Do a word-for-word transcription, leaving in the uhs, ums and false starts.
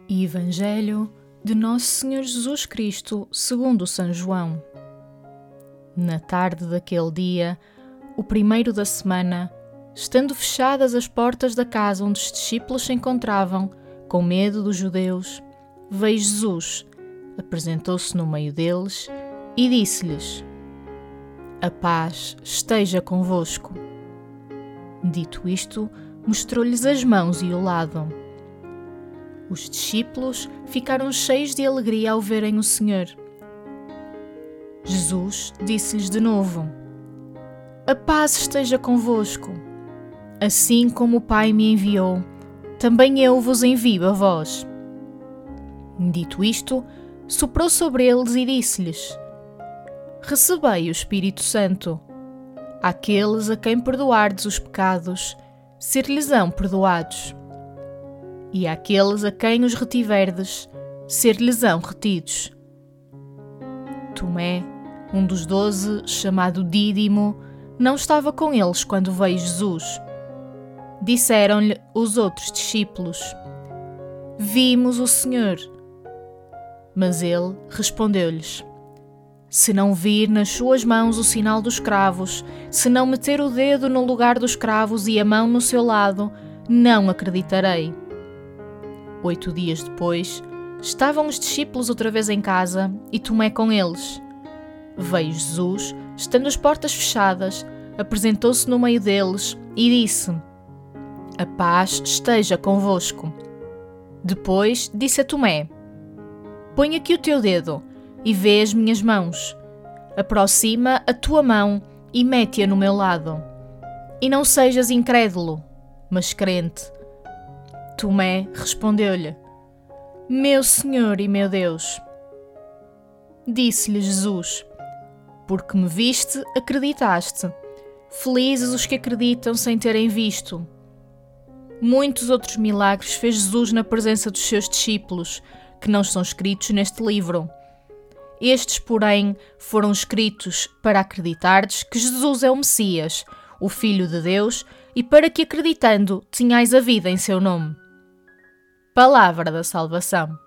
Evangelho de Nosso Senhor Jesus Cristo segundo São João. Na tarde daquele dia, o primeiro da semana, estando fechadas as portas da casa onde os discípulos se encontravam, com medo dos judeus, veio Jesus, apresentou-se no meio deles e disse-lhes: "A paz esteja convosco." Dito isto, mostrou-lhes as mãos e o lado. Os discípulos ficaram cheios de alegria ao verem o Senhor. Jesus disse-lhes de novo: "A paz esteja convosco. Assim como o Pai me enviou, também eu vos envio a vós." Dito isto, soprou sobre eles e disse-lhes: "Recebei o Espírito Santo. Àqueles a quem perdoardes os pecados, ser-lhes-ão perdoados. E àqueles a quem os retiverdes, ser-lhes-ão retidos." Tomé, um dos doze, chamado Dídimo, não estava com eles quando veio Jesus. Disseram-lhe os outros discípulos: "Vimos o Senhor." Mas ele respondeu-lhes: "Se não vir nas suas mãos o sinal dos cravos, se não meter o dedo no lugar dos cravos e a mão no seu lado, não acreditarei." Oito dias depois, estavam os discípulos outra vez em casa e Tomé com eles. Veio Jesus, estando as portas fechadas, apresentou-se no meio deles e disse: "A paz esteja convosco." Depois disse a Tomé: "Põe aqui o teu dedo e vê as minhas mãos. Aproxima a tua mão e mete-a no meu lado. E não sejas incrédulo, mas crente." Tomé respondeu-lhe: "Meu Senhor e meu Deus." Disse-lhe Jesus: "Porque me viste, acreditaste. Felizes os que acreditam sem terem visto." Muitos outros milagres fez Jesus na presença dos seus discípulos, que não estão escritos neste livro. Estes, porém, foram escritos para acreditardes que Jesus é o Messias, o Filho de Deus, e para que, acreditando, tenhais a vida em seu nome. Palavra da salvação.